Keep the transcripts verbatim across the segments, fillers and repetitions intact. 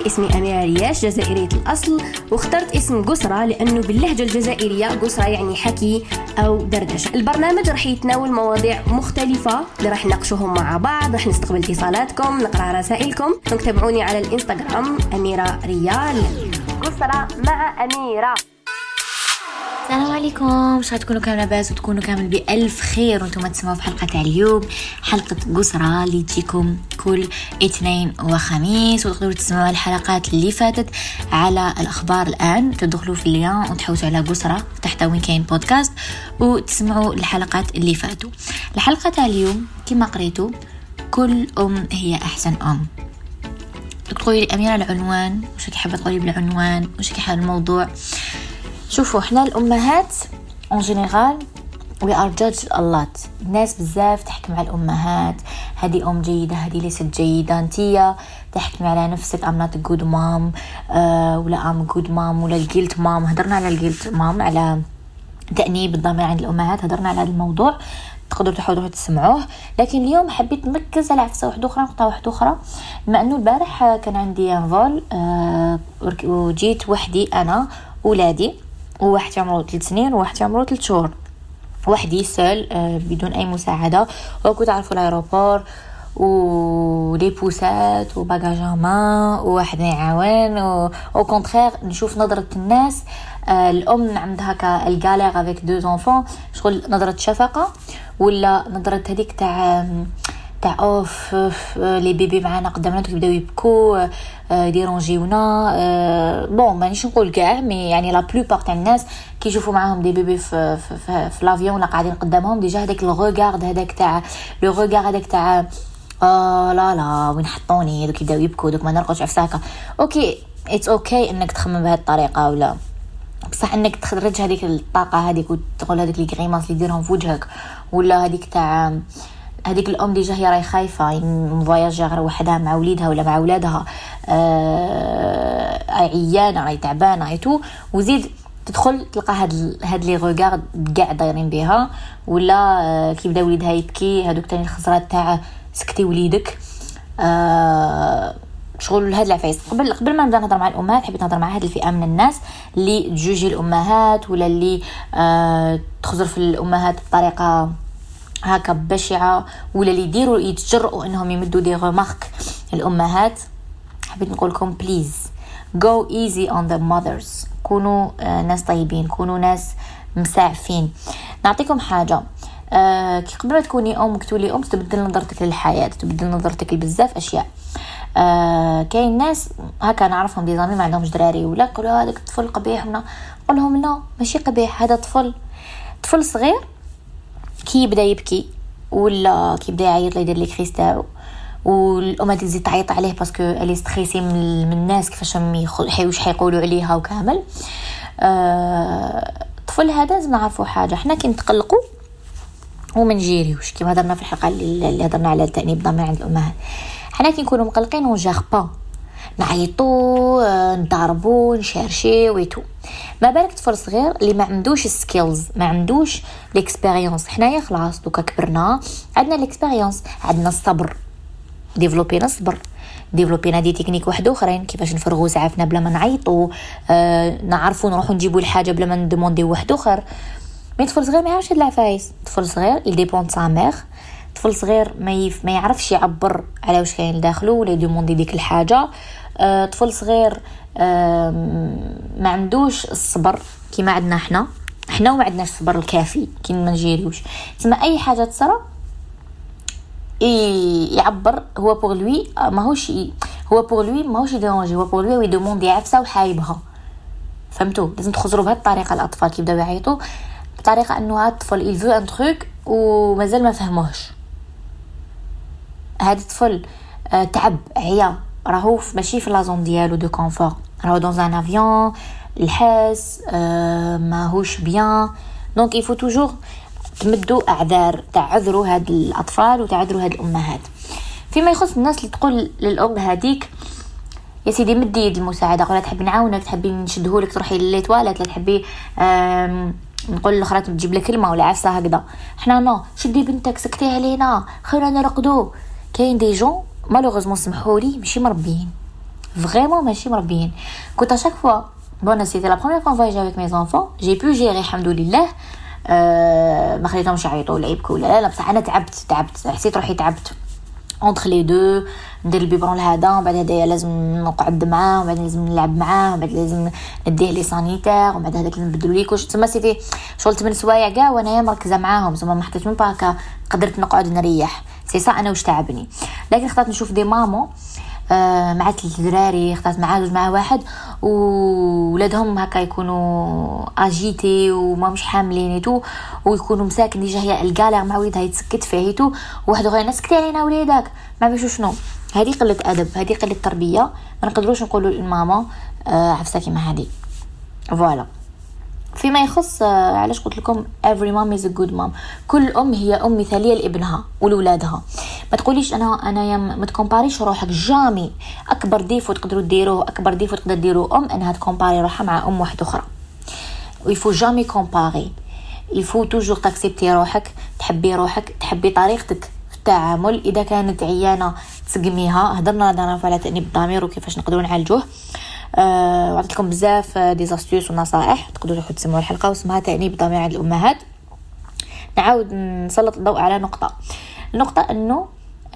اسمي أميرة رياش، جزائرية الأصل، واخترت اسم قسرة لأنه باللهجة الجزائرية قسرة يعني حكي أو دردشة. البرنامج رح يتناول مواضيع مختلفة اللي رح نناقشوهم مع بعض، رح نستقبل اتصالاتكم، نقرأ رسائلكم. تابعوني على الإنستغرام أميرة ريال. قسرة مع أميرة. السلام عليكم، ان شاء الله تكونوا كامل لاباس وتكونوا كامل بألف خير وانتم تسمعوا في حلقة تاع اليوم، حلقة قسرة اللي تجيكم كل اثنين وخميس، وتقدروا تسمعوا الحلقات اللي فاتت على الأخبار. الآن تدخلوا في الليان وتحوسوا على قسرة تحت وين كاين بودكاست وتسمعوا الحلقات اللي فاتوا. الحلقة تاع اليوم كما قريتوا كل أم هي أحسن أم. تقولي لي أميرة العنوان وش كي حابة تقولي بالعنوان وش كي حال الموضوع؟ شوفوا، احنا الامهات en général we are judged a lot. الناس بزاف تحكم على الامهات، هذه ام جيده، هذه ليست جيده، انتيا تحكم على نفسك I'm not a good mom uh, ولا I'm a good mom ولا الجيلت مام. هدرنا على الجيلت مام، على تأنيب الضمير عند الامهات، هدرنا على هذا الموضوع، تقدروا تحاولوا تسمعوه. لكن اليوم حبيت نركز على عفسه واحده اخرى، نقطه واحده اخرى، بما انه البارح كان عندي انفول uh, وجيت وحدي انا ولادي، وواحد عمره ثلاث سنين وواحد عمره ثلاث شهور، وحدي سول آه بدون اي مساعده. وكنت عارفه الايروبور ولي بوسات وباجاجاما وواحد ما يعاون او كونترير. نشوف نظره الناس، آه الام عندها كالغالير افيك دو زونفون، شغل نظره شفقه ولا نظره هذيك تاع تاع اوف لي بيبي معانا قدامنا كيبداو يبكوا ديرونجيونا. بون مانيش نقول كاع، مي يعني لا بلوبار تاع الناس كيشوفوا معاهم دي بيبي في في, في, في لافيون ولا قاعدين قدامهم، ديجا هذاك الغوغارد هذاك تاع لو غوغار هذاك تاع اه لا لا وين حطوني، دوك يبداو يبكوا، دوك ما نرقدش عفساكه. اوكي اتس اوكي انك تخمم بهذه الطريقه، ولا بصح انك تخرج هذيك الطاقه هذيك وتقول هذيك لي غريماس اللي ديرهم في وجهك، ولا هذيك تاع هذيك الام ديجا هي راهي خايفه مفواياجر وحدها مع وليدها ولا مع اولادها، آه عيانه راهي تعبانه ايتو، وزيد تدخل تلقى هاد هاد لي ريغارد كاع دايرين بها، ولا آه كيبدا وليدها يبكي، هذوك تاني الخزرات تاع سكتي وليدك. آه شغل هاد العفايس. قبل قبل ما نبدا نهضر مع الامهات، حبيت نهضر مع هاد الفئه من الناس اللي تجوجي الامهات ولا اللي آه تخزر في الامهات بطريقه هكا بشعة، ولا اللي يديروا يتجرؤوا انهم يمدوا دي غمارك الامهات. حبيت نقول لكم بليز go easy on the mothers، كونوا آه ناس طيبين، كونوا ناس مساعفين. نعطيكم حاجه، آه كي قبل ما تكوني ام وتولي ام تبدل نظرتك للحياه، تبدل نظرتك لبزاف اشياء. آه كاين ناس هكا نعرفهم دي زامي ما عندهمش دراري، ولا يقولوا هذاك الطفل قبيح، ونا نقول لهم لا ماشي قبيح، هذا طفل طفل صغير كي يبدا يبكي ولا كي يبدا يعيط لا يدير لي كريس تاعو، والام تزيد تعيط عليه باسكو الي ستريسي من, من الناس كيفاش واش حيقولوا عليها وكامل. الطفل آه هذا لازم نعرفوا حاجه، حنا كي نتقلقوا وما نجيريوش كيما هضرنا في الحلقه اللي هضرنا على التأنيب الضمير عند الامهات. حنا كي نكونوا مقلقين ونجاغ با نعيطوا آه نضربوا نشارشي ويتو، ما بالك طفل صغير اللي ما عندوش السكيلز، ما عندوش الاكسبيريونس. حنايا خلاص دوكا كبرنا، عندنا الاكسبيريونس، عندنا الصبر، ديفلوبينا الصبر، ديفلوبينا دي تكنيك واحد اخرين كيفاش نفرغوا زعفنا بلا ما نعيطوا، آه نعرفوا نروحوا نجيبوا الحاجه بلا ما ندوموندي واحد اخر. مي طفل صغير ما يعرفش هاد العفايس، طفل صغير il dépend de sa mère، طفل صغير ما يف... ما يعرفش يعبر على واش كاين داخله ولا يدوموندي ديك الحاجه. آه طفل صغير آه ما عندوش الصبر كيما عندنا حنا، حنا وما عندناش الصبر الكافي كي ما نجيريوش. تسمى اي حاجه تصرى يعبر هو بور لوي، ماهوش هو بور لوي ماهوش يدونجي، هو بور لوي ويدوموندي عفسه وحايبها. فهمتوا؟ لازم تخزروا بهذه الطريقه. الاطفال كيبداو يعيطوا بطريقه انه هذا الطفل il veut un truc ومازال ما فهموهش. هذا الطفل آه تعب عيا، راهو ماشي في لازون ديالو دو كونفور، راهو دون ان افيون الحاس آه ماهوش بيان. دونك يفو توجور تمدوا اعذار، تعذروا هاد الاطفال وتعذروا هاد الامهات. فيما يخص الناس اللي تقول للام هذيك يا سيدي مدي يد المساعده، ولا تحبي نعاونك، تحبي نشدهولك تروحي للتواليت، لا تحبي نقول الاخرى تجيب لك كلمه ولا عفسه هكذا، حنا نو شدي بنتك سكتي علينا خلينا نرقدوا. كاين دي جون مالوغوزمون سمحوا لي ماشي مربيين، فريمون ماشي مربيين. كنت اشاك فوا بون سيتي لا بروميير فوا فواياج افيك مي زونفون جي بو جيري الحمد لله. أه ما خليتهمش يعيطوا ولا يبكوا لا لا بصح انا تعبت تعبت حسيت روحي تعبت اونتر لي دو. ندير البيبرون لهذا ومن بعد هدايا لازم نقعد معاه ومن بعد لازم نلعب معاه ومن بعد لازم نديه لي سانيتير ومن بعد هذاك نبدلوا ليه كلشي تما سيتي شغل ثمان سوايع كاع وانا مركزه معاهم زعما ما حطيت من باكا قدرت نقعد نريح سي سا انا واش تعبني. لكن خطات نشوف دي مامو آه مع ثلاث دراري خطات مع زوج مع واحد وولادهم هكا يكونوا اجيتي وما مش حاملين تو ويكونوا مساكن ديجا هي الكالير مع وليدها يتسكت فيه تو واحد غير نسكتي علينا وليدك ما باش شنو. هذه قله ادب هذه قله تربيه ما نقدروش نقولوا للماما آه عفسه كيما هذه فوالا. فيما يخص آه علاش قلت لكم every mom is a good mom. كل ام هي ام مثاليه لابنها ولولادها. ما تقوليش انا انا يا ما تكومباريش روحك جامي. اكبر ديفو تقدروا ديروه اكبر ديفو تقدر ديروه ام انها تكومباري روحها مع ام واحده اخرى. ويفو جامي كومباري يفو توجور تاكسبتي روحك تحبي روحك تحبي طريقتك في التعامل. اذا كانت عيانه تسقميها. هضرنا دانا على تأنيب الضمير وكيفاش نقدروا نعالجوه. أه وعطيت لكم بزاف دي زاستيوس ونصائح تقدروا تحطوا تسمعوا الحلقه واسمها تأنيب الضمير عند الامهات. نعاود نسلط الضوء على نقطه النقطه انه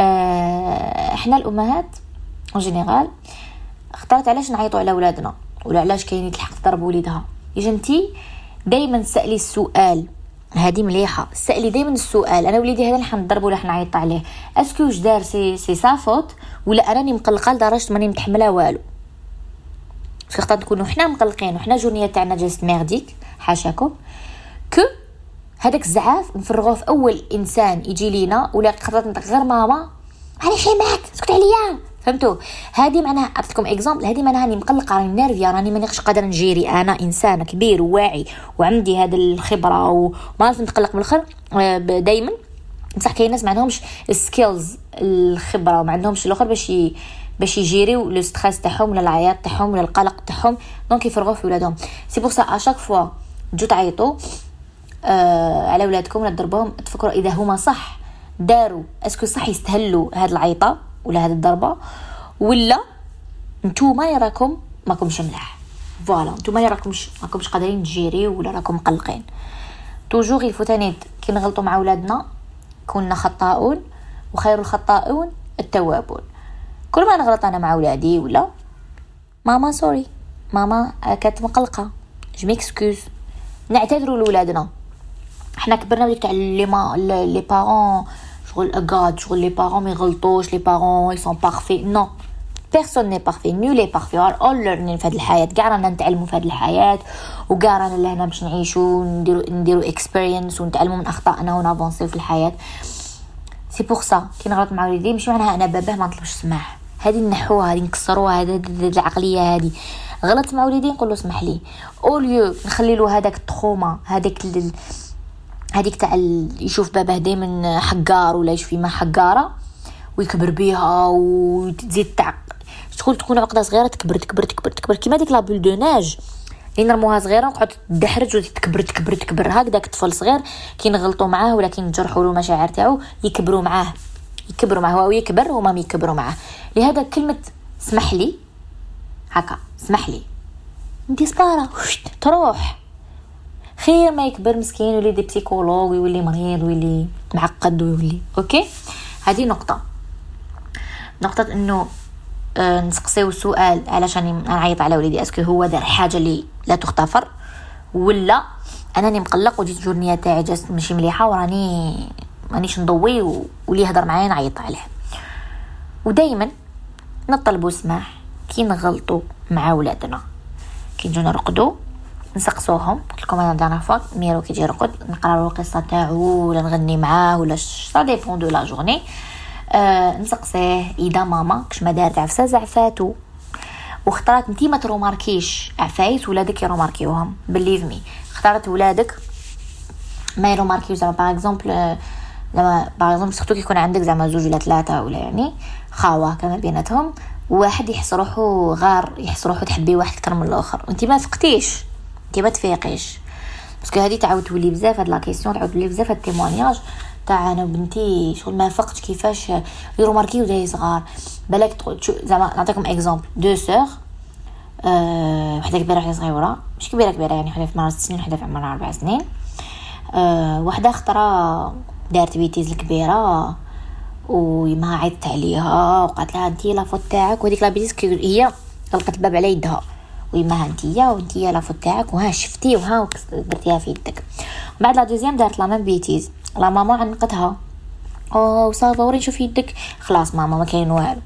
أه احنا الامهات ان جينيرال اختارت علاش نعيطوا على اولادنا ولا علاش كاين الحق تضرب وليدها. يجي انتي دائما تسالي السؤال هذه مليحه سالي دائما السؤال انا وليدي هذا نحن نضربه ولا نعيط عليه اسكو واش دار سي سي سافوت ولا انني مقلقه لدرجه ماني متحمله والو. باش خاطر نكونوا حنا مقلقين وحنا جورنيه تاعنا جاست ميرديك حاشاكم كو هذاك الزعاف نفرغوه في اول انسان يجي لينا ولا خاطر غير ماما انا شي معك سكت عليا فهمتوا. هذه معناها اعطيكم اكزامبل هذه معناها راني مقلقه راني نيرفيا راني مانيش قادره نجيري انا انسان كبير وواعي وعندي هذا الخبره وما لازم نتقلق من الاخر دائما. بصح كاين ناس ما عندهمش السكيلز الخبره وما عندهمش الاخر باش ي... باش يجيريو لو ستريس تاعهم ولا العياط تاعهم ولا القلق تاعهم دونك يفرغوا في ولادهم. سي بور سا اشاك فوا جو تعيطوا آه على ولادكم ولا تضربوهم تفكروا اذا هما صح داروا اسكو صح يستهلوا هاد العيطه ولا هاد الضربه ولا نتوما يراكم ماكمش ملاح. فوالا نتوما يراكمش ماكمش قادرين تجيري ولا راكم مقلقين. توجور الفوتانيت كي نغلطوا مع ولادنا كنا خطاؤون وخير الخطاؤون التوابون. كل ما نغلط انا مع ولادي ولا ماما سوري ماما كانت مقلقه جو ميكسكوز نعتذروا لولادنا. احنا كبرنا بديك تاع لي ما لي بارون شغل اغاد شغل لي بارون ما يغلطوش لي بارون ils sont parfaits non personne n'est parfait nul est parfait are all learning في هذه الحياه. كاع رانا نتعلموا في هذه الحياه وكاع رانا لهنا باش نعيشوا نديروا نديروا اكسبيرينس ونتعلموا من اخطائنا ونافونسيو في الحياه. سي بور سا كي نغلط مع وليدي مش معناها انا باباه ما نطلبش سماح. هذه نحوها هذه نكسروها هذه العقليه هذه. غلط مع وليدي نقول له اسمح لي اوليو نخلي له هذاك التروما هذاك ال... هذيك تاع ال... يشوف باباه دائما حقار ولا يشوف ما حقاره ويكبر بيها وتزيد تعق تقول تكون عقده صغيره تكبر تكبر تكبر تكبر كيما ديك لا بول دو ناج اللي نرموها صغيره وقعد تدحرج وتكبر تكبر تكبر. هكذاك الطفل صغير كي نغلطوا معاه ولا كي نجرحوا له المشاعر تاعو يكبروا معاه يكبروا معاه هو يكبر وما يكبروا معاه. لهذا كلمه اسمح لي هكا اسمح لي انتي سباره تروح خير ما يكبر مسكين ويولي دي بسيكولوج ويولي مريض ويولي معقد ويولي اوكي. هذه نقطه نقطه انه أه نسقسيو السؤال علاش راني نعيط على وليدي اسكو هو دار حاجه اللي لا تغتفر ولا انني مقلق وجيت جورنيه تاعي جات ماشي مليحه وراني مانيش نضوي واللي يهضر معايا نعيط عليه. ودائما نطلبوا سماح كي نغلطوا مع ولادنا كي نجوا نرقدوا نسقسوهم. قلت لكم انا دانا فوا ميرو كي يجي يرقد نقرا له القصه تاعو ولا نغني معاه ولا سا ديبون دو لا جورني. أه نسقسيه اذا ماما كش ما دارت عفسه زعفاتو واختارت انتي ما تروماركيش عفايس ولادك يروماركيوهم بليف مي. اختارت ولادك ما يروماركيو زعما باغ اكزومبل لما باغ اكزومبل سورتو كي يكون عندك زعما زوج ولا ثلاثه ولا يعني خاوه كما بيناتهم واحد يحس روحو غار يحس روحو تحبي واحد اكثر من الاخر وانت ما فقتيش انت ما تفيقيش باسكو هذه تعاود تولي بزاف هاد لا كيسيون تعاود تولي بزاف هاد التيمونياج تاع انا وبنتي شغل ما فقت كيفاش يروماركيو داي صغار. بالك تقول زعما نعطيكم اكزامبل دو سور أه وحده كبيره وحده صغيره، مش كبيره كبيره يعني وحده في عمرها ست سنين وحده في عمرها أربع سنين. أه وحده خطره دارت بيتيز الكبيره وما عيطت عليها وقالت لها انتي لافوت تاعك، وهذيك لا بيتيز هي طلقت الباب على يدها ويما انتيا وانتيا لافوت تاعك وها شفتي وها درتيها في يدك. بعد لا دوزيام دارت لا ميم بيتيز، لا ماما عنقتها او صافا وري نشوف يدك، خلاص ماما ما كاين والو.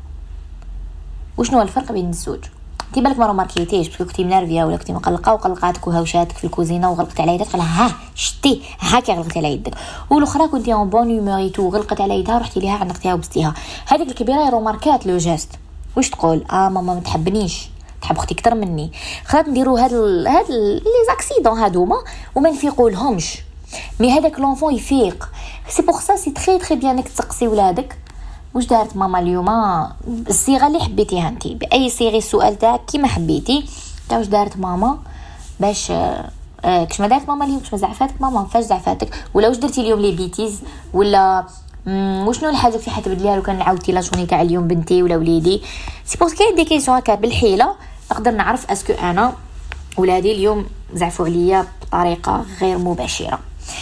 وشنو الفرق بين الزوج؟ انتي بالك ما روماركيتيش باسكو كنتي منرفيه ولا كنتي مقلقه وقلقاتك وهوشاتك في الكوزينه وغلقت على يدك، قالها ها شتي هاكي غلقت على يدك، والاخرى كنتي اون بون هيوموريتو غلقت على يدها رحتي ليها عنقتيها وبستيها. هذيك الكبيره روماركات لو جيست، واش تقول؟ اه ماما ما تحبنيش، تحب اختي اكثر مني. خلاص نديروا هاد ال... هاد ال... لي زاكسيدون هادوما وما نفيقولهمش، مي هذاك لونفون يفيق. سي بور سا سي تري تري بيان انك تسقسي ولادك واش دارت ماما اليوم بالصيغه اللي حبيتيها انت، باي صيغه السؤال تاعك كيما حبيتي. تا واش دارت ماما باش آه كش ما دارت ماما اليوم، كش ما زعفاتك ماما، فاش زعفاتك، ولا واش درتي اليوم لي بيتيز، ولا وشنو الحاجه في حتى تبدليها لو كان عاودتي لا جورني تاع اليوم بنتي ولا وليدي. سي بور كاين دي كيسيون هكا بالحيله نقدر نعرف اسكو انا ولادي اليوم زعفوا عليا بطريقه غير مباشره.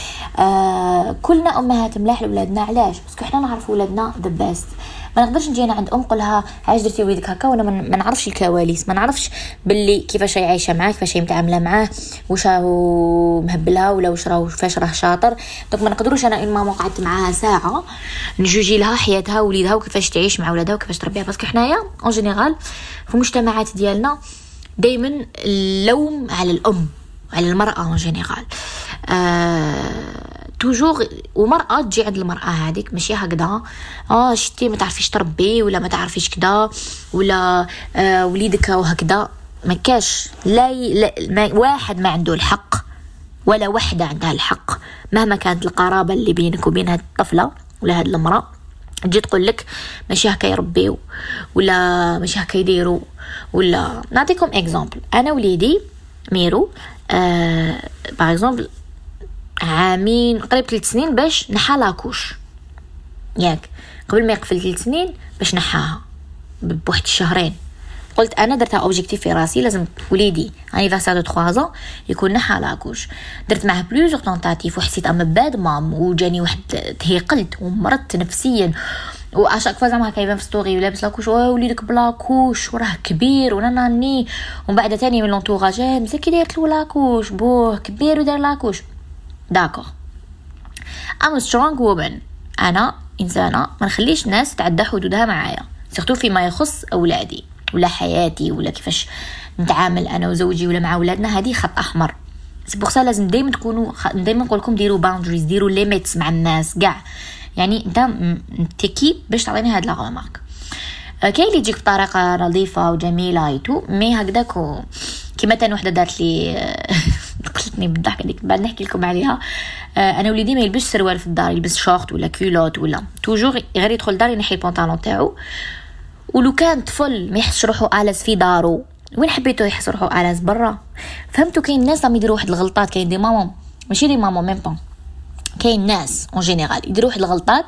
آه كلنا امهات ملاح لولادنا، علاش؟ باسكو حنا نعرف ولادنا ذا بيست. ما نقدرش نجي انا عند ام نقولها علاش درتي وليدك هكا وانا ما نعرفش الكواليس، ما نعرفش باللي كيفاش هي عايشه معاه، كيفاش هي متعامله معاه، واش راهو مهبلها ولا واش راهو فاش راه شاطر. دونك ما نقدروش انا ان ماما قعدت معاها ساعه نجوجي لها حياتها ووليدها وكيفاش تعيش مع ولادها وكيفاش تربيها. باسكو حنايا اون جينيرال في المجتمعات ديالنا دائما اللوم على الام وعلى المراه اون جينيرال. آه توجور ومرأة تجي عند المرأة هذيك ماشي هكذا اه شتي ما تعرفيش تربي ولا ما تعرفيش كذا ولا آه وليدك وهكذا. ما كاش لا, لا ما واحد ما عنده الحق ولا وحده عندها الحق مهما كانت القرابه اللي بينك وبين هاد الطفله ولا هاد المراه. تجي تقول لك ماشي هكا يربيو ولا ماشي هكا يديروا. ولا نعطيكم اكزامبل، انا وليدي ميرو آه باغ اكزامبل عامين قريب ثلاث سنين باش نحى لاكوش ياك، قبل ما يقفل ثلاث سنين باش نحاها بواحد الشهرين. قلت انا درتها اوبجيكتيف في راسي لازم وليدي انيفرسير دو ثلاثة ans يكون نحى لاكوش. درت معاه بلوزيغ طونطاتيف وحسيت اما باد مام وجاني واحد تهيقلت ومرضت نفسيا. واشاك فوا زعما هكا يبان في ستوري ولابس لاكوش وليدك بلاكوش وراه كبير ولا ناني، ومن بعد ثاني من لونطوراج مزال كي دايرت له لاكوش بوه كبير ودار لاكوش. داكور ام سترونغ وومن، انا انسانه ما نخليش الناس تعدى حدودها معايا سيرتو فيما يخص اولادي ولا حياتي ولا كيفاش نتعامل انا وزوجي ولا مع اولادنا. هذه خط احمر. سي بوغ سا لازم دائما تكونوا دائما نقول لكم ديروا باوندريز، ديروا ليميتس مع الناس كاع. يعني انت تكيب باش تعطيني هاد لا غومارك. كاين اللي يجيك بطريقه نظيفه وجميله ايتو مي هكذاك كيما تاني وحده دارت لي قتلتني بالضحك هذيك بعد نحكي لكم عليها. انا وليدي ما يلبسش سروال في الدار، يلبس شورت ولا كيلوت ولا توجور غير يدخل الدار ينحي البنطلون تاعو. ولو كان طفل ما يحسش روحو آلس في دارو، وين حبيتو يحس روحو آلس برا؟ فهمتوا؟ كاين ناس راهم يديروا واحد الغلطات، كاين دي ماما ماشي دي ماما ميم با، كاين ناس اون جينيرال يديروا واحد الغلطات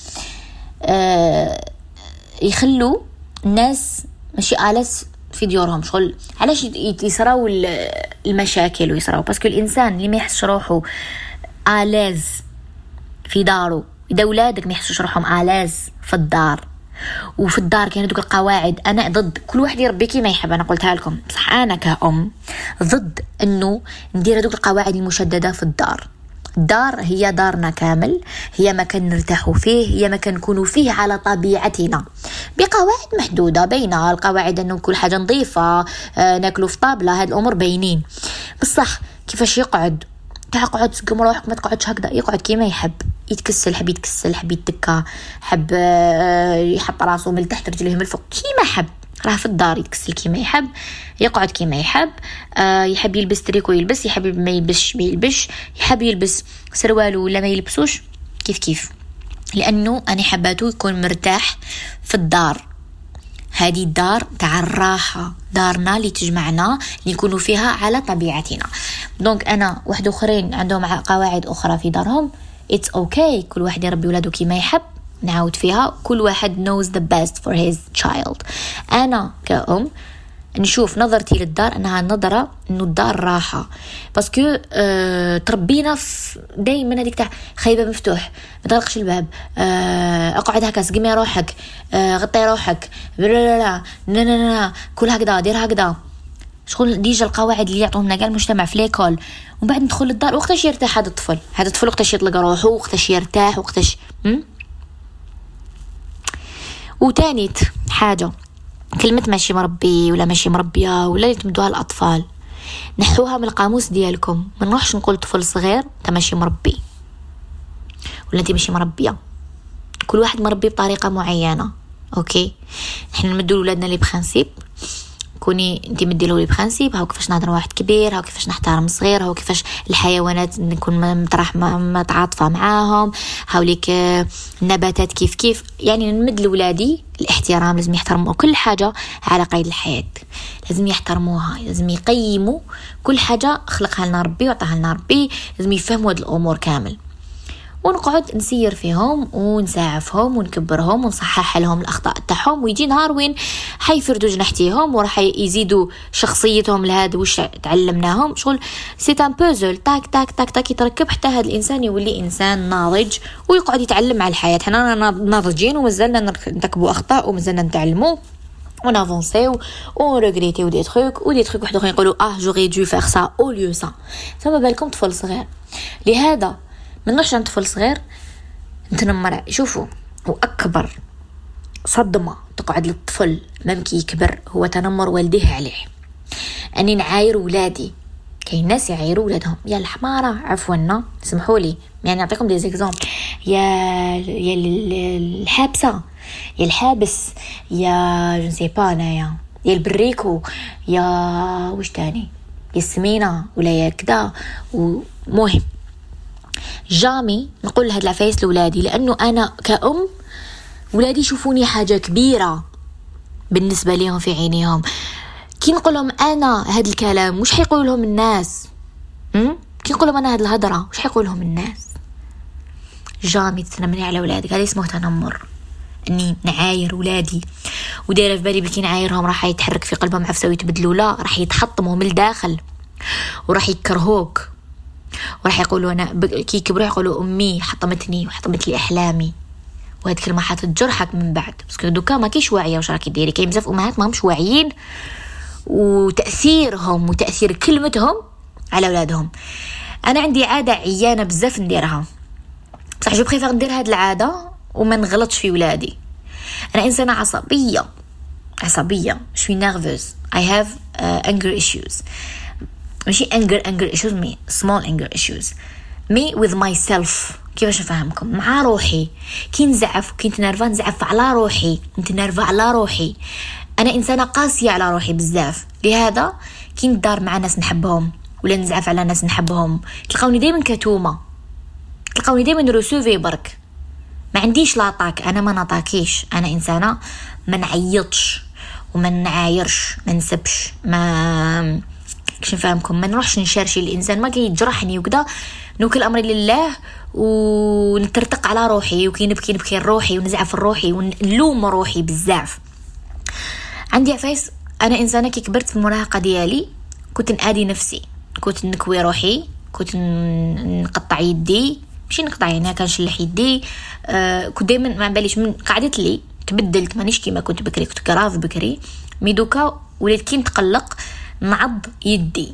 آه يخلوا الناس ماشي آلس في ديورهم. شغل علاش يصراو المشاكل ويصراو؟ باسكو الانسان اللي ما يحسش روحو آلاز في دارو، اذا اولادك ما يحسوش روحهم آلاز في الدار وفي الدار كاين دوك القواعد. انا ضد كل واحد يربي كيما يحب، انا قلتها لكم بصح انا كأم ضد انه ندير دوك القواعد المشدده في الدار. الدار هي دارنا كامل، هي مكان نرتاحوا فيه، هي مكان نكونوا فيه على طبيعتنا بقواعد محدوده. بينها القواعد انه كل حاجه نظيفه، آه ناكلوا في طابله، هاد الامور باينين. بصح كيفاش يقعد تقعد تسقم روحك، ما تقعدش هكذا، يقعد كيما يحب، يتكسل حب يتكسل حب يتكا حب يحط راسه من تحت رجليه من الفوق كيما حب. راه في الدار يتكسل كيما يحب، يقعد كيما يحب، آه يحب يلبس تريكو يلبس، يحب ما يلبسش ما يلبسش، يحب يلبس سروال ولا ما يلبسوش كيف كيف، لانه انا حباته يكون مرتاح في الدار. هذه الدار تاع الراحه، دارنا اللي تجمعنا اللي نكونوا فيها على طبيعتنا. دونك انا واحد اخرين عندهم قواعد اخرى في دارهم it's okay. كل واحد يربي ولاده كيما يحب. نعاود فيها، كل واحد knows the best for his child. أنا كأم نشوف نظرتي للدار أنها نظرة إنه الدار راحة، باسكو أه تربينا في دايما هذيك تاع خيبة مفتوح، ما تغلقش الباب، أه اقعد هكا، سقمي روحك، أه غطي روحك، لا لا لا لا لا لا كل هكذا، دير هكذا، شغل ديجا القواعد اللي يعطونا كاع المجتمع في ليكول. ومن بعد ندخل للدار، وقتاش يرتاح هذا الطفل هذا الطفل وقتاش يطلق روحه، وقتاش يرتاح، وقتاش م? وتانيت حاجة، كلمة ماشي مربي ولا ماشي مربية ولا اللي تمدوها الأطفال، نحوها من القاموس ديالكم. ما نروحش نقول طفل صغير انت ماشي مربي ولا انت ماشي مربية. كل واحد مربي بطريقة معينة. اوكي، نحن نمدوا لولادنا لي بخانسيب، كوني انت مدي له لي بخانسيب، هاو كيفاش نهضر واحد كبير، هاو كيفاش نحترم صغير، هاو كيفاش الحيوانات نكون مترحمه متعاطفه معاهم، هاو ليك النباتات كيف كيف. يعني نمد لولادي الاحترام، لازم يحترموا كل حاجه على قيد الحياه، لازم يحترموها، لازم يقيموا كل حاجه خلقها لنا ربي وعطاها لنا ربي، لازم يفهموا هاد الامور كامل. ونقعد نسير فيهم ونساعفهم ونكبرهم ونصحح لهم الأخطاء تاعهم، ويجي نهار وين حيفردوا جناحتيهم وراح يزيدوا شخصيتهم لهذا واش تعلمناهم. شغل سي ان بوزل، تاك تاك تاك تاك يتركب حتى هذا الإنسان يولي إنسان ناضج ويقعد يتعلم على الحياة. حنا ناضجين ومازلنا نرتكبوا أخطاء ومازلنا نتعلموا ونافونسيو ونرغريتيو دي تروك ودي تروك واحد اخرين يقولوا اه جوغي دو فير سا او ليو سا. فما بالكم طفل صغير. لهذا ما نروحش عند طفل صغير نتنمر. شوفوا، واكبر صدمه تقعد للطفل ممكن يكبر هو تنمر والديه عليه. اني نعاير ولادي، كاين ناس يعايروا ولادهم يا الحماره، عفوا سمحوا لي، يعني نعطيكم دي زيكزامبل، يا يا الحابسه، يا الحابس، يا جو سي با انايا، يا البريكو، يا واش تاني، يا السمينه، ولا يا كذا. ومهم جامي نقول هاد العفايس لولادي، لانه انا كأم ولادي يشوفوني حاجه كبيره بالنسبه ليهم في عينيهم. كي نقول لهم انا هاد الكلام واش حيقولوا لهم الناس؟ هم كي نقول لهم انا هاد الهضره واش حيقولوا لهم الناس؟ جامي تتنمري على ولادك، هذا اسمه تنمر. اني نعاير ولادي ودايره في بالي بلي نعايرهم راح يتحرك في قلبهم عفسه ويتبدلوا، لا، راح يتحطموا من الداخل وراح يكرهوك وراح يقولوا انا ب... كي يكبروا يقولوا امي حطمتني وحطمت لي احلامي، وهاد الكلمه حتجرحك من بعد. باسكو دوكا ما كاينش واعيه واش راكي ديري. كاين بزاف امهات ما همش واعيين وتاثيرهم وتاثير كلمتهم على اولادهم. انا عندي عاده عيانه بزاف نديرها، بصح جو بريفير ندير هاد العاده وما نغلطش في ولادي. انا انسانه عصبيه عصبيه شوي نيرفوز. I have uh, anger issues. ماشي anger anger issues مي small anger issues me with myself. كيفاش نفهمكم؟ مع روحي. كي نزعف كي نتنرفا نزعف على روحي، نتنرفا على روحي. انا انسانه قاسيه على روحي بزاف. لهذا كي ندار مع ناس نحبهم ولا نزعف على ناس نحبهم تلقاوني دائما كتومه، تلقاوني دائما روسوفي برك. ما عنديش لاطاك، انا ما نطاكيش. انا انسانه ما نعيطش وما نعايرش، ما نسبش، ما كيش نفهمكم، ما نروحش نشارشي الانسان ما كيجرحني وكذا. نوكل امري لله ونترتق على روحي، وكي نبكي نبكي روحي ونزعف روحي ونلوم روحي بزاف. عندي عفايس. انا انسانه كي كبرت في المراهقه ديالي كنت نادي نفسي، كنت نكوي روحي، كنت نقطع يدي، ماشي نقطع يعني كنشلح يدي. آه كنت دائما ما باليش من قعدت لي تبدلت، مانيش كيما كنت بكري، كنت كراف بكري. مي دوكا وليت كي نتقلق نعض يدي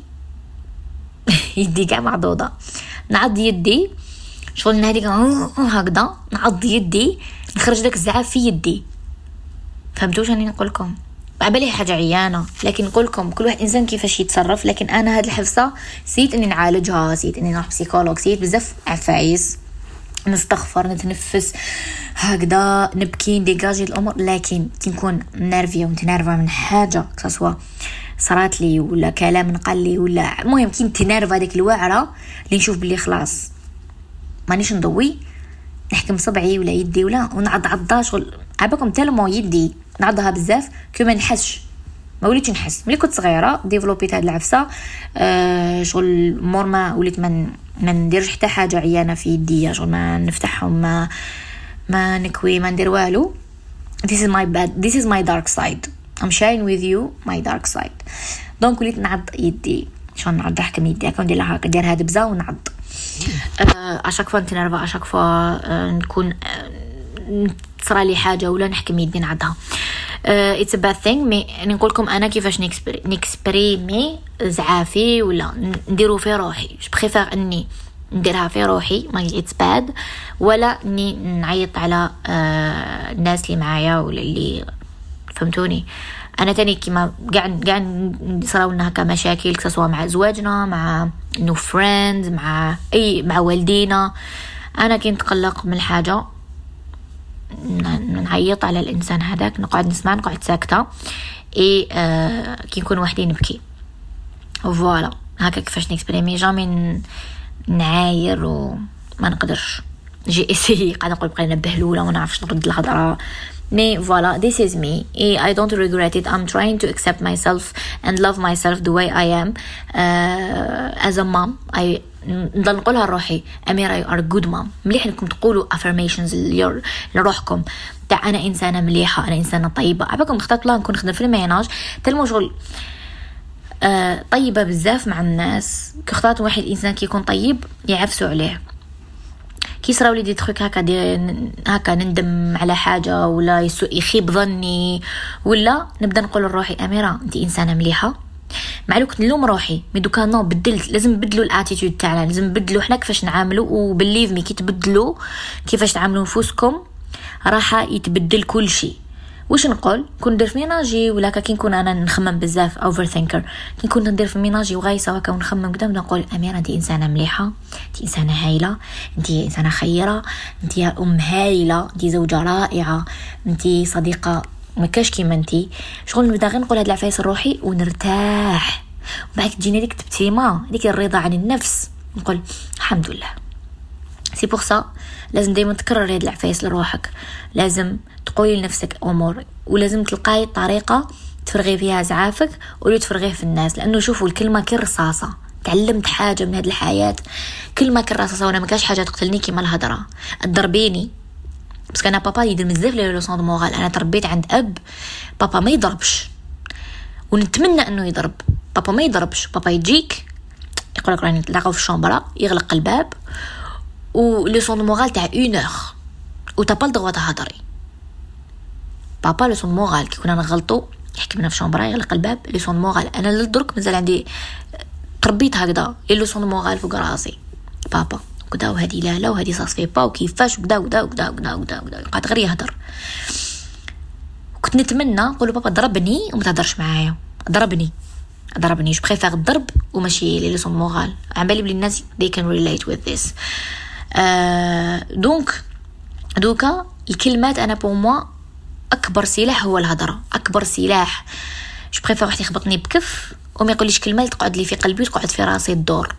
يدي كاع معضوضه، نعض يدي شغل نهديك هكذا، نعض يدي نخرج داك الزعاف في يدي. فهمتوش راني نقول لكم؟ بالي حاجه عيانه، لكن نقول لكم كل واحد انسان كيفاش يتصرف. لكن انا هاد الحفصه سيت اني نعالجها، سيت اني نروح بسيكولوج، سيت بزاف عفايس، نستغفر، نتنفس هكذا، نبكي، نديجاجي الامور. لكن كي نكون نرفيه ومتنرفه من حاجه كسوا صارت لي ولا كلام نقال لي ولا المهم كي نتنرفه هذيك الوعره اللي نشوف بلي خلاص مانيش نضوي، نحكم صبعي ولا يدي ولا ونعض عضه شغل عباكم تلمو يدي نعضها بزاف كي ما نحسش. ما وليتش نحس ملي كنت صغيره ديفلوبيت هاد العفسه. أه شغل مور ما وليت من ما نديرش حتى حاجه عيانه في يدي، شغل ما نفتحهم، ما ما نكوي، ما ندير والو. this is my bad this is my dark side. I'm sharing with you my dark side. دونك وليت نعض يدي، شلون نعض احكم يدي هكا ندير لها هكا، ندير هاد بزا ونعض اشاك فوا نتنرفا، اشاك فوا نكون تصرى لي حاجه ولا نحكم يدي نعضها. uh, it's a bad thing. مي نقول لكم انا كيفاش نكسبريمي زعافي ولا نديرو في روحي. جو بريفير اني نديرها في روحي ما it's bad، ولا اني نعيط على uh, الناس اللي معايا ولا اللي فهمتوني. انا تاني كيما قاعد قاعد يصراو لنا هكا مشاكل سواء مع زواجنا، مع نو فريندز، مع اي مع والدينا، انا كي نتقلق من الحاجه نعيط على الانسان هذاك، نقعد نسمع، نقعد ساكته، اي آه كي نكون وحدي نبكي. فوالا هكا كيفاش نكسبريمي، جامي نعاير وما نقدرش جي اسي قاعده نقول بقى نبه ولا ما نعرفش نرد الهضره. مي فوالا this is me. I don't regret it. I'm trying to accept myself and love myself the way I am uh, as a mom. I نضل نقولها لروحي أميرة you are a good mom. مليح انكم تقولوا affirmations لروحكم تاع انا انسانه مليحه، انا انسانه طيبه. عباكم اخترت بلا نكون نخدم في الميناج تلمو شغل آه طيبه بزاف مع الناس. كي اخترت واحد انسان كي يكون طيب يعفسوا عليه. كي صراو لي دي تخيك هكا دي هكا نندم على حاجه ولا يخيب ظني، ولا نبدا نقول لروحي اميره انت انسانه مليحه. معلوك نلوم روحي مي دوكا نو بدلت، لازم نبدلوا الاتيتود تاعنا، لازم نبدلوا حنا كيفاش نعاملوا. وبليف مي كي تبدلوا كيفاش تعاملوا نفوسكم راح يتبدل كل شيء. واش نقول كون ندير في ميناجي ولا كي نكون انا نخمم بزاف اوفر ثينكر، كي نكون ندير في ميناجي وغايسه هكا ونخمم قدام نقول اميره انت انسانه مليحه، انت انسانه هايله، انت انسانه خيره، انت ام هايله، انت زوجه رائعه، انت صديقه ما كاش كيما انت. شغل نبدا غير نقول هاد العفايس الروحي ونرتاح، وبعد تجيني ديك الابتسامه، ديك الرضا عن النفس، نقول الحمد لله. سي بور سا لازم دايما تكرر هاد العفايس لروحك، لازم تقولي لنفسك امور، ولازم تلقاي طريقه تفرغي فيها زعافك ولا تفرغيه في الناس. لانه شوفوا الكلمه كرصاصه. تعلمت حاجه من هاد الحياه، كلمه كرصاصه، وانا ما كاش حاجه تقتلني كيما الهضره. تضربيني بس كان بابا يدير بزاف لي لوسون دو مورال. انا تربيت عند اب بابا ما يضربش، ونتمنى انه يضرب. بابا ما يضربش، بابا يجيك يقول لك راني نتلاقاو في الشومبره، يغلق الباب و لوسون دو مورال تاع اون اور و تا با الدغوا تهضري. بابا لوسون دو مورال كي كنا نغلطوا يحكمنا في الشومبره، يغلق الباب. لوسون دو مورال انا للدرك مازال عندي تربيت هكذا، لي لوسون دو مورال فوق راسي. بابا وكدا وهذه لا لا وهذه صاص في با وكيفاش وكدا وكدا وكدا وكدا وكدا وكدا قعد غير يهضر. كنت نتمنى نقول بابا ضربني وما تهضرش معايا، ضربني ضربني جو بريفير الضرب وماشي لي لوسون مورال. على بالي بلي الناس they can relate with this. آه دونك دوكا الكلمات انا بو موا اكبر سلاح هو الهضره، اكبر سلاح. جو بريفير واحد يخبطني بكف وما يقوليش كلمه تقعد لي في قلبي وتقعد في راسي الدور.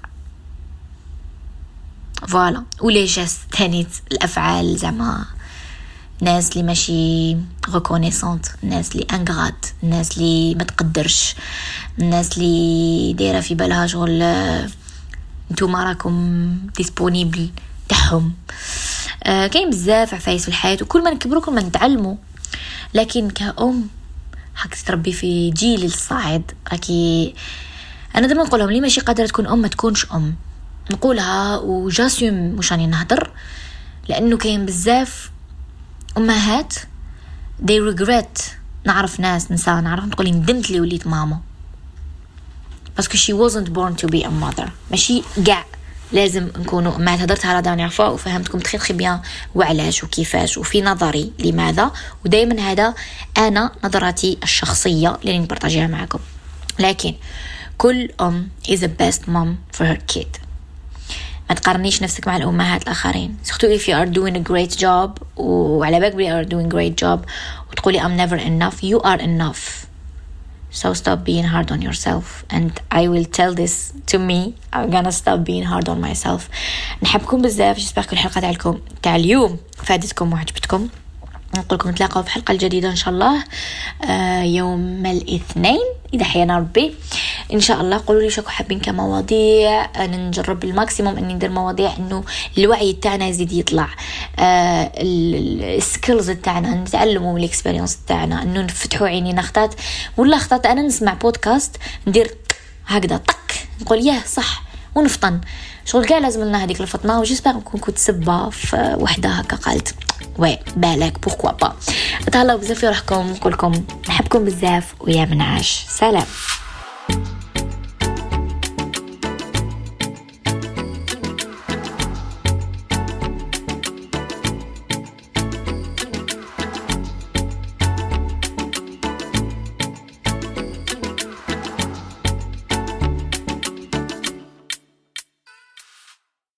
فوالا. ولي جيست تاني الافعال زعما ناس اللي ماشي ريكونيسونت، الناس اللي انغرات، الناس اللي ما تقدرش، الناس اللي دايره في بالها شغل نتوما راكم ديسپونيبل تاعهم. آه كاين بزاف عفايس في الحياه، وكل ما نكبروا كل ما نتعلموا. لكن كأم حق تربي في جيل الصاعد، راكي انا دائما نقول لهم لي ماشي قادره تكون ام ما تكونش ام. نقولها وجاسيوم مش راني نهضر، لانه كاين بزاف امهات they regret. نعرف ناس نساء نعرف تقولي ندمت لي وليت ماما باسكو she wasn't born to be a mother. ماشي كاع لازم نكونوا امهات. هضرت على دانيير فوا وفهمتكم تخي تخي بيان وعلاش وكيفاش وفي نظري لماذا. ودائما هذا انا نظرتي الشخصيه اللي نبارطاجيها معكم. لكن كل ام is the best mom for her kid. ما تقارنيش نفسك مع الأمهات الآخرين. سورتو if you are doing a great job وعلى بالك بلي are doing great job وتقولي I'm never enough. You are enough. So stop being hard on yourself. And I will tell this to me. I'm gonna stop being hard on myself. نحبكم بزاف. جسبر كل حلقة تاعكم تاع اليوم فادتكم وعجبتكم. نقول لكم نتلاقاو في حلقة الجديدة إن شاء الله آه يوم الاثنين إذا حيانا ربي ان شاء الله قولوا لي شكو حابين كمواضيع، انا نجرب الماكسيموم اني ندير مواضيع انه الوعي تاعنا يزيد يطلع، آه السكيلز تاعنا نتعلموا من الاكسبيرينس تاعنا، انه نفتحوا عينينا خطات ولا خطات. انا نسمع بودكاست ندير هكذا طق نقول ياه صح ونفطن شغل كاع لازم لنا هذيك الفطنه، وجيسبر نكون كنت سبه في وحده هكا قالت وي بالك بوركوا با. تهلاو بزاف في روحكم، نقولكم نحبكم بزاف ويا منعاش، سلام.